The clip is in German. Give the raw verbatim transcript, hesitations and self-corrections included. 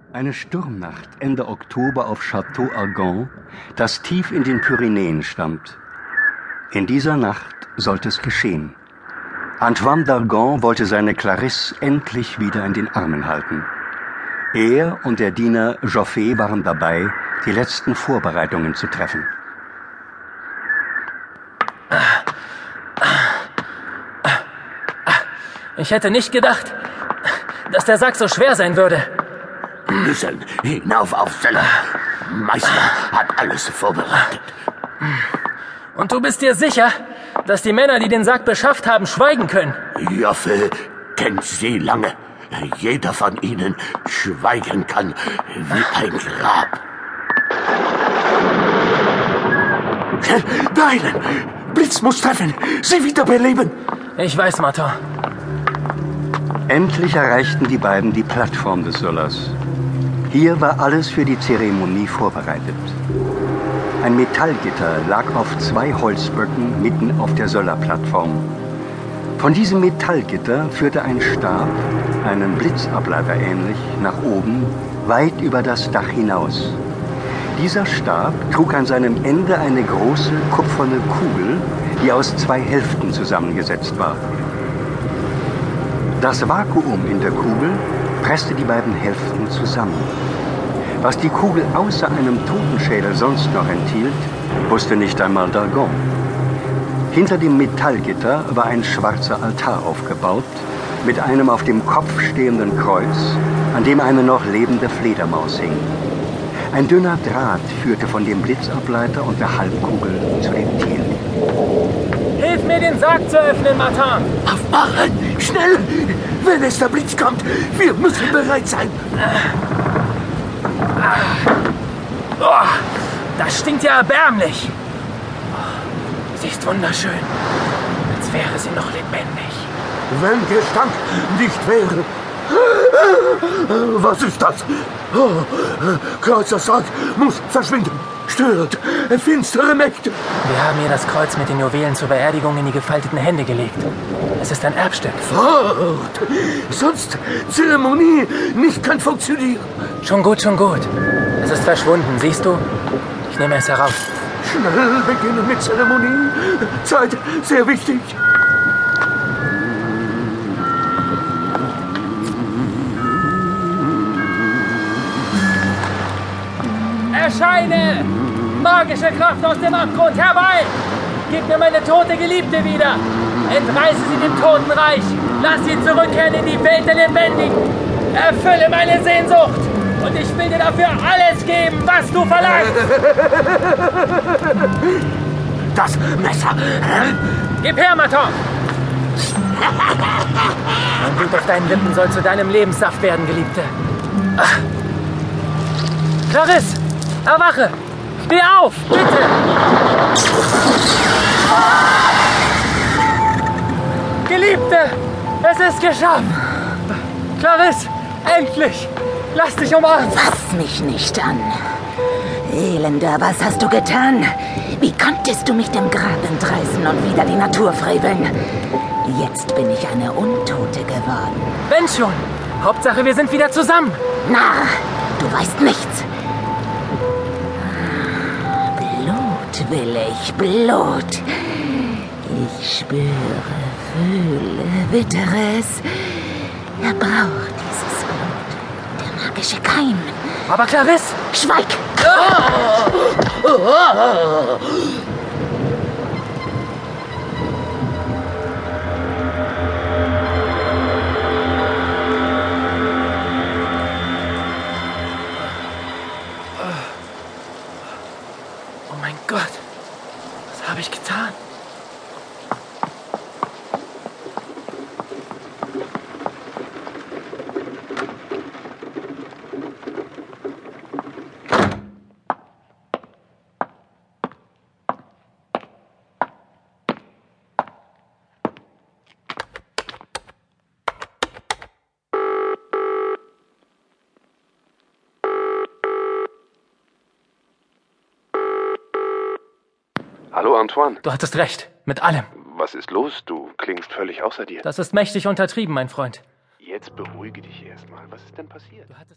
Eine Sturmnacht Ende Oktober auf Château Agon, das tief in den Pyrenäen stammt. In dieser Nacht sollte es geschehen. Antoine d'Argan wollte seine Clarisse endlich wieder in den Armen halten. Er und der Diener Joffé waren dabei, die letzten Vorbereitungen zu treffen. Ich hätte nicht gedacht, dass der Sack so schwer sein würde. Müssen hinauf auf Zeller. Meister hat alles vorbereitet. Und du bist dir sicher, dass die Männer, die den Sack beschafft haben, schweigen können? Joffe kennt sie lange. Jeder von ihnen schweigen kann wie ein Grab. Schnell, beeilen! Blitz muss treffen! Sie wiederbeleben! Ich weiß, Martin. Endlich erreichten die beiden die Plattform des Sollers. Hier war alles für die Zeremonie vorbereitet. Ein Metallgitter lag auf zwei Holzböcken mitten auf der Söllerplattform. Von diesem Metallgitter führte ein Stab, einem Blitzableiter ähnlich, nach oben, weit über das Dach hinaus. Dieser Stab trug an seinem Ende eine große kupferne Kugel, die aus zwei Hälften zusammengesetzt war. Das Vakuum in der Kugel presste die beiden Hälften zusammen. Was die Kugel außer einem Totenschädel sonst noch enthielt, wusste nicht einmal d'Argan. Hinter dem Metallgitter war ein schwarzer Altar aufgebaut, mit einem auf dem Kopf stehenden Kreuz, an dem eine noch lebende Fledermaus hing. Ein dünner Draht führte von dem Blitzableiter und der Halbkugel zu dem Tier. Hilf mir, den Sarg zu öffnen, Martin! Aufmachen! Schnell! Wenn es der Blitz kommt, wir müssen bereit sein! Oh, das stinkt ja erbärmlich! Sie ist wunderschön, als wäre sie noch lebendig. Wenn Gestank nicht wäre... Was ist das? Oh, Kreuzers Sarg muss verschwinden. Stört finstere Mächte. Wir haben ihr das Kreuz mit den Juwelen zur Beerdigung in die gefalteten Hände gelegt. Es ist ein Erbstück. Fort! Sonst Zeremonie nicht kann funktionieren. Schon gut, schon gut. Es ist verschwunden, siehst du? Ich nehme es heraus. Schnell beginnen mit Zeremonie. Zeit, sehr wichtig. Erscheine! Magische Kraft aus dem Abgrund, herbei! Gib mir meine tote Geliebte wieder! Entreiße sie dem Totenreich! Lass sie zurückkehren in die Welt der Lebendigen! Erfülle meine Sehnsucht! Und ich will dir dafür alles geben, was du verlangst! Das Messer! Gib her, Martin! Mein Blut auf deinen Lippen soll zu deinem Lebenssaft werden, Geliebte. Ach. Clarisse! Erwache! Steh auf! Bitte! Geliebte! Es ist geschafft! Clarisse! Endlich! Lass dich umarmen! Fass mich nicht an! Elender, was hast du getan? Wie konntest du mich dem Grab entreißen und wieder die Natur freveln? Jetzt bin ich eine Untote geworden. Wenn schon! Hauptsache, wir sind wieder zusammen! Narr! Du weißt nichts! Blut will ich, Blut! Ich spüre, fühle, wittere es. Er braucht dieses Blut. Der magische Keim. Aber Clarisse! Schweig! Oh! Oh! Oh mein Gott! Was habe ich getan? Hallo Antoine. Du hattest recht, mit allem. Was ist los? Du klingst völlig außer dir. Das ist mächtig untertrieben, mein Freund. Jetzt beruhige dich erstmal. Was ist denn passiert? Du hattest